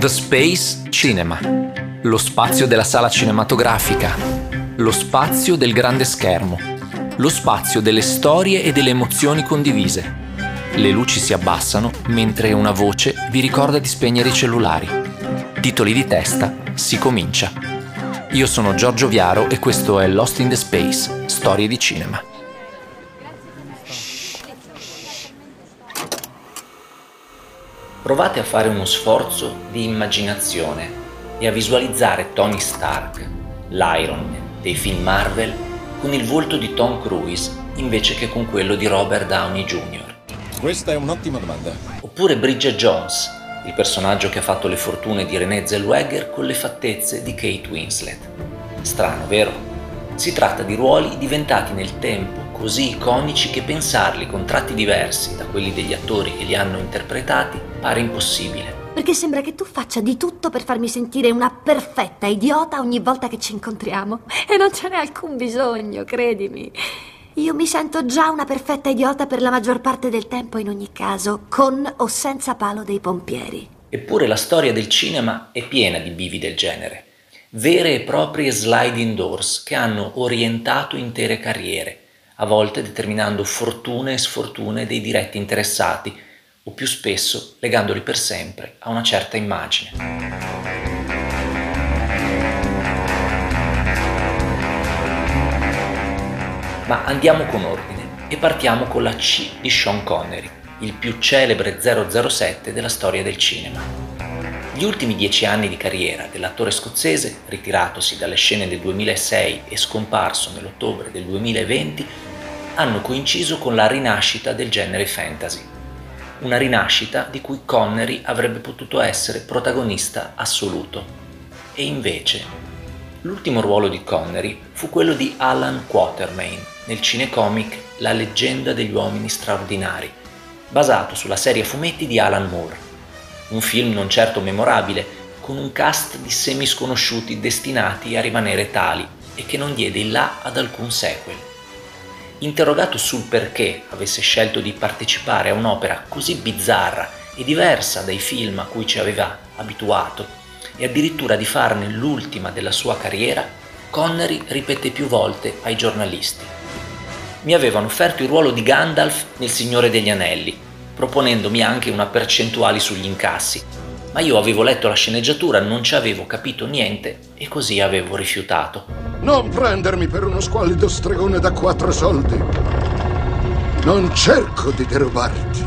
The Space Cinema, lo spazio della sala cinematografica, lo spazio del grande schermo, lo spazio delle storie e delle emozioni condivise. Le luci si abbassano mentre una voce vi ricorda di spegnere i cellulari. Titoli di testa, si comincia. Io sono Giorgio Viaro e questo è Lost in the Space, storie di cinema. Provate a fare uno sforzo di immaginazione e a visualizzare Tony Stark, l'Iron Man dei film Marvel, con il volto di Tom Cruise invece che con quello di Robert Downey Jr. Questa è un'ottima domanda. Oppure Bridget Jones, il personaggio che ha fatto le fortune di Renée Zellweger con le fattezze di Kate Winslet. Strano, vero? Si tratta di ruoli diventati nel tempo così iconici che pensarli con tratti diversi da quelli degli attori che li hanno interpretati pare impossibile. Perché sembra che tu faccia di tutto per farmi sentire una perfetta idiota ogni volta che ci incontriamo. E non ce n'è alcun bisogno, credimi. Io mi sento già una perfetta idiota per la maggior parte del tempo in ogni caso, con o senza palo dei pompieri. Eppure la storia del cinema è piena di bivi del genere. Vere e proprie sliding doors che hanno orientato intere carriere, a volte determinando fortune e sfortune dei diretti interessati, o più spesso legandoli per sempre a una certa immagine. Ma andiamo con ordine e partiamo con la C di Sean Connery, il più celebre 007 della storia del cinema. Gli ultimi 10 anni di carriera dell'attore scozzese, ritiratosi dalle scene del 2006 e scomparso nell'ottobre del 2020, hanno coinciso con la rinascita del genere fantasy. Una rinascita di cui Connery avrebbe potuto essere protagonista assoluto. E invece, l'ultimo ruolo di Connery fu quello di Alan Quatermain nel cinecomic La leggenda degli uomini straordinari, basato sulla serie a fumetti di Alan Moore. Un film non certo memorabile, con un cast di semisconosciuti destinati a rimanere tali e che non diede il là ad alcun sequel. Interrogato sul perché avesse scelto di partecipare a un'opera così bizzarra e diversa dai film a cui ci aveva abituato e addirittura di farne l'ultima della sua carriera, Connery ripete più volte ai giornalisti: mi avevano offerto il ruolo di Gandalf nel Signore degli Anelli, proponendomi anche una percentuale sugli incassi, ma io avevo letto la sceneggiatura, non ci avevo capito niente e così avevo rifiutato. Non prendermi per uno squallido stregone da 4 soldi. Non cerco di derubarti.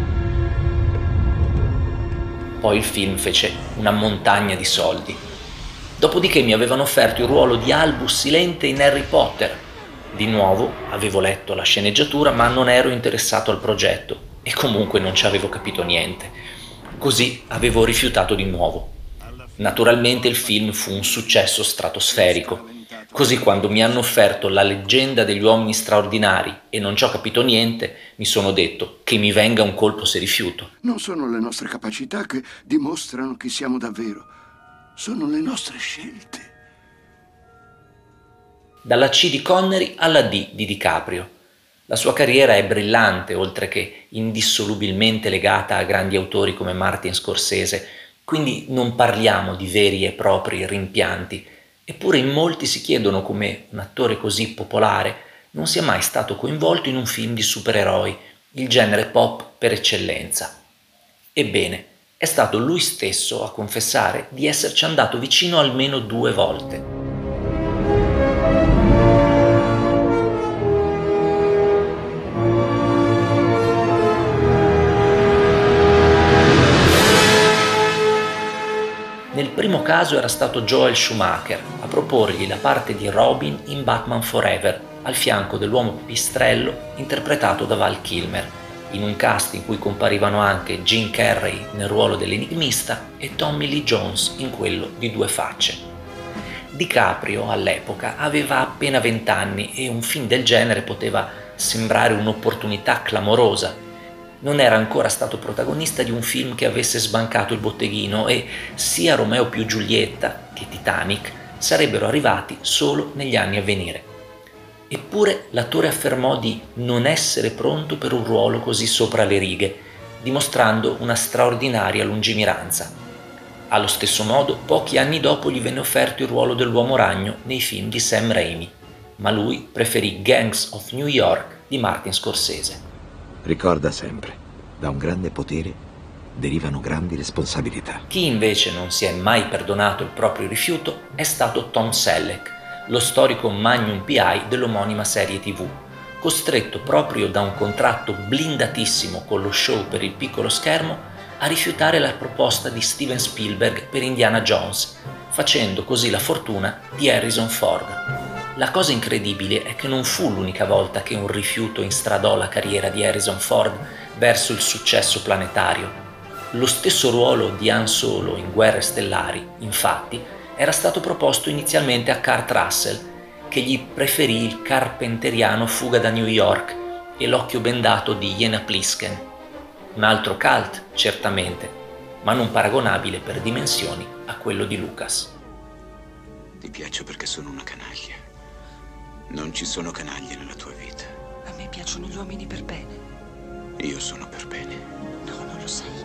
Poi il film fece una montagna di soldi. Dopodiché mi avevano offerto il ruolo di Albus Silente in Harry Potter. Di nuovo avevo letto la sceneggiatura, ma non ero interessato al progetto e comunque non ci avevo capito niente. Così avevo rifiutato di nuovo. Naturalmente il film fu un successo stratosferico. Così quando mi hanno offerto La leggenda degli uomini straordinari e non ci ho capito niente, mi sono detto che mi venga un colpo se rifiuto. Non sono le nostre capacità che dimostrano chi siamo davvero. Sono le nostre scelte. Dalla C di Connery alla D di DiCaprio. La sua carriera è brillante, oltre che indissolubilmente legata a grandi autori come Martin Scorsese, quindi non parliamo di veri e propri rimpianti. Eppure in molti si chiedono come un attore così popolare non sia mai stato coinvolto in un film di supereroi, il genere pop per eccellenza. Ebbene, è stato lui stesso a confessare di esserci andato vicino almeno 2 volte. Nel primo caso era stato Joel Schumacher a proporgli la parte di Robin in Batman Forever, al fianco dell'uomo pipistrello interpretato da Val Kilmer, in un cast in cui comparivano anche Jim Carrey nel ruolo dell'enigmista e Tommy Lee Jones in quello di Due Facce. DiCaprio all'epoca aveva appena 20 anni e un film del genere poteva sembrare un'opportunità clamorosa. Non era ancora stato protagonista di un film che avesse sbancato il botteghino e sia Romeo più Giulietta che Titanic sarebbero arrivati solo negli anni a venire. Eppure l'attore affermò di non essere pronto per un ruolo così sopra le righe, dimostrando una straordinaria lungimiranza. Allo stesso modo, pochi anni dopo gli venne offerto il ruolo dell'Uomo Ragno nei film di Sam Raimi, ma lui preferì Gangs of New York di Martin Scorsese. Ricorda sempre, da un grande potere derivano grandi responsabilità. Chi invece non si è mai perdonato il proprio rifiuto è stato Tom Selleck, lo storico magnum PI dell'omonima serie TV, costretto proprio da un contratto blindatissimo con lo show per il piccolo schermo a rifiutare la proposta di Steven Spielberg per Indiana Jones, facendo così la fortuna di Harrison Ford. La cosa incredibile è che non fu l'unica volta che un rifiuto instradò la carriera di Harrison Ford verso il successo planetario. Lo stesso ruolo di Han Solo in Guerre Stellari, infatti, era stato proposto inizialmente a Kurt Russell, che gli preferì il carpenteriano Fuga da New York e L'occhio bendato di Jena Plisken. Un altro cult, certamente, ma non paragonabile per dimensioni a quello di Lucas. Ti piaccio perché sono una canaglia. Non ci sono canaglie nella tua vita. A me piacciono gli uomini per bene. Io sono per bene. No, non lo sei.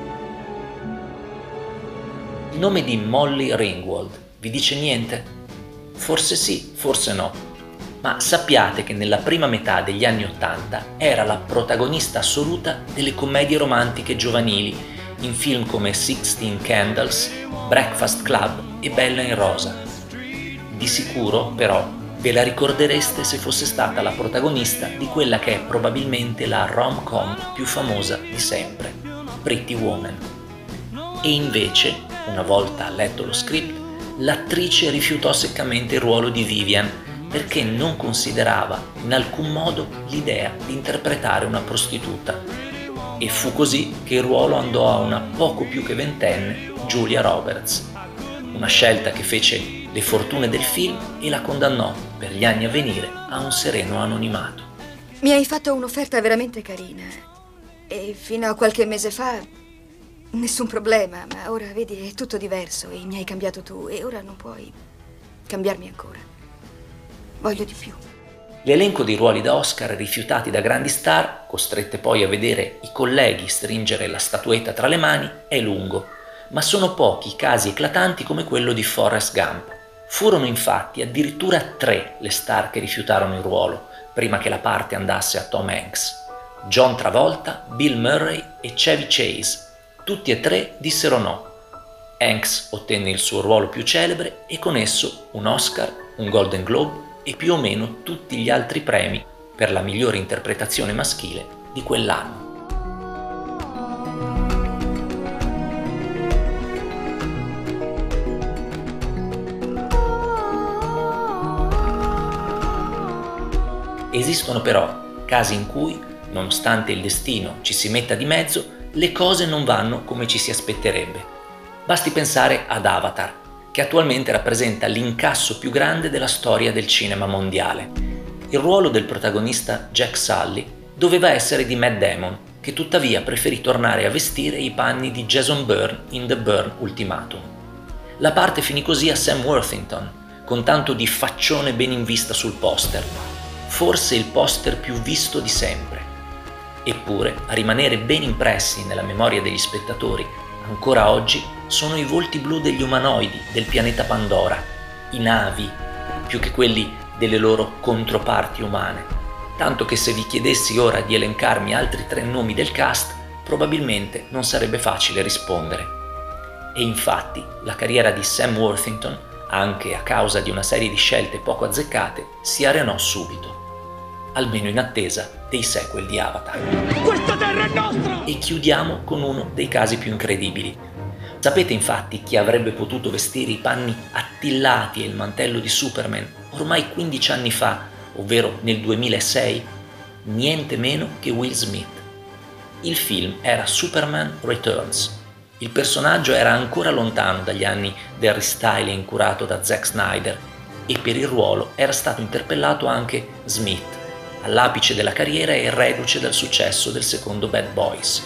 Il nome di Molly Ringwald vi dice niente? Forse sì, forse no, ma sappiate che nella prima metà degli anni '80 era la protagonista assoluta delle commedie romantiche giovanili in film come 16 Candles, Breakfast Club e Bella in Rosa. Di sicuro, però, ve la ricordereste se fosse stata la protagonista di quella che è probabilmente la rom-com più famosa di sempre, Pretty Woman. E invece, una volta letto lo script, l'attrice rifiutò seccamente il ruolo di Vivian perché non considerava in alcun modo l'idea di interpretare una prostituta. E fu così che il ruolo andò a una poco più che ventenne Julia Roberts, una scelta che fece le fortune del film e la condannò per gli anni a venire a un sereno anonimato. Mi hai fatto un'offerta veramente carina e fino a qualche mese fa nessun problema, ma ora vedi è tutto diverso e mi hai cambiato tu e ora non puoi cambiarmi ancora. Voglio di più. L'elenco dei ruoli da Oscar rifiutati da grandi star, costrette poi a vedere i colleghi stringere la statuetta tra le mani, è lungo, ma sono pochi i casi eclatanti come quello di Forrest Gump. Furono infatti addirittura 3 le star che rifiutarono il ruolo, prima che la parte andasse a Tom Hanks: John Travolta, Bill Murray e Chevy Chase. Tutti e 3 dissero no. Hanks ottenne il suo ruolo più celebre e con esso un Oscar, un Golden Globe e più o meno tutti gli altri premi per la migliore interpretazione maschile di quell'anno. Esistono però casi in cui, nonostante il destino ci si metta di mezzo, le cose non vanno come ci si aspetterebbe. Basti pensare ad Avatar, che attualmente rappresenta l'incasso più grande della storia del cinema mondiale. Il ruolo del protagonista Jack Sully doveva essere di Matt Damon, che tuttavia preferì tornare a vestire i panni di Jason Bourne in The Bourne Ultimatum. La parte finì così a Sam Worthington, con tanto di faccione ben in vista sul poster, forse il poster più visto di sempre. Eppure, a rimanere ben impressi nella memoria degli spettatori, ancora oggi, sono i volti blu degli umanoidi del pianeta Pandora, i navi, più che quelli delle loro controparti umane. Tanto che se vi chiedessi ora di elencarmi altri 3 nomi del cast, probabilmente non sarebbe facile rispondere. E infatti, la carriera di Sam Worthington, anche a causa di una serie di scelte poco azzeccate, si arenò subito. Almeno in attesa dei sequel di Avatar. Questa terra è nostra! E chiudiamo con uno dei casi più incredibili. Sapete infatti chi avrebbe potuto vestire i panni attillati e il mantello di Superman ormai 15 anni fa, ovvero nel 2006? Niente meno che Will Smith. Il film era Superman Returns. Il personaggio era ancora lontano dagli anni del restyling curato da Zack Snyder e per il ruolo era stato interpellato anche Smith, all'apice della carriera e reduce dal successo del secondo Bad Boys.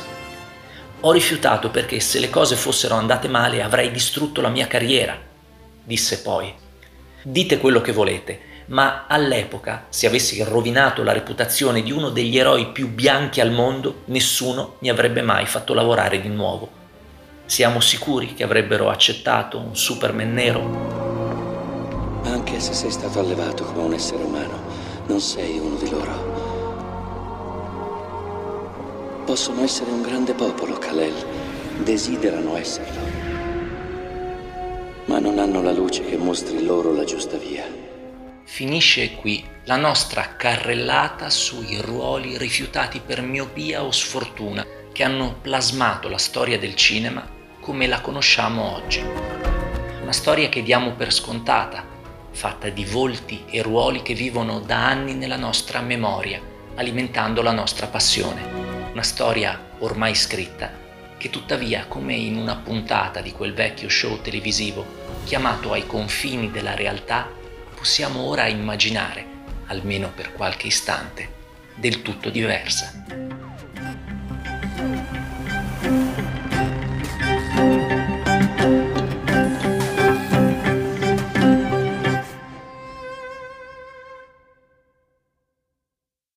Ho rifiutato perché se le cose fossero andate male avrei distrutto la mia carriera, disse poi. Dite quello che volete, ma all'epoca, se avessi rovinato la reputazione di uno degli eroi più bianchi al mondo, nessuno mi avrebbe mai fatto lavorare di nuovo. Siamo sicuri che avrebbero accettato un Superman nero? Anche se sei stato allevato come un essere umano, non sei uno di loro. Possono essere un grande popolo, Kal-El. Desiderano esserlo. Ma non hanno la luce che mostri loro la giusta via. Finisce qui la nostra carrellata sui ruoli rifiutati per miopia o sfortuna che hanno plasmato la storia del cinema come la conosciamo oggi. Una storia che diamo per scontata, fatta di volti e ruoli che vivono da anni nella nostra memoria, alimentando la nostra passione. Una storia ormai scritta, che tuttavia, come in una puntata di quel vecchio show televisivo, chiamato ai confini della realtà, possiamo ora immaginare, almeno per qualche istante, del tutto diversa.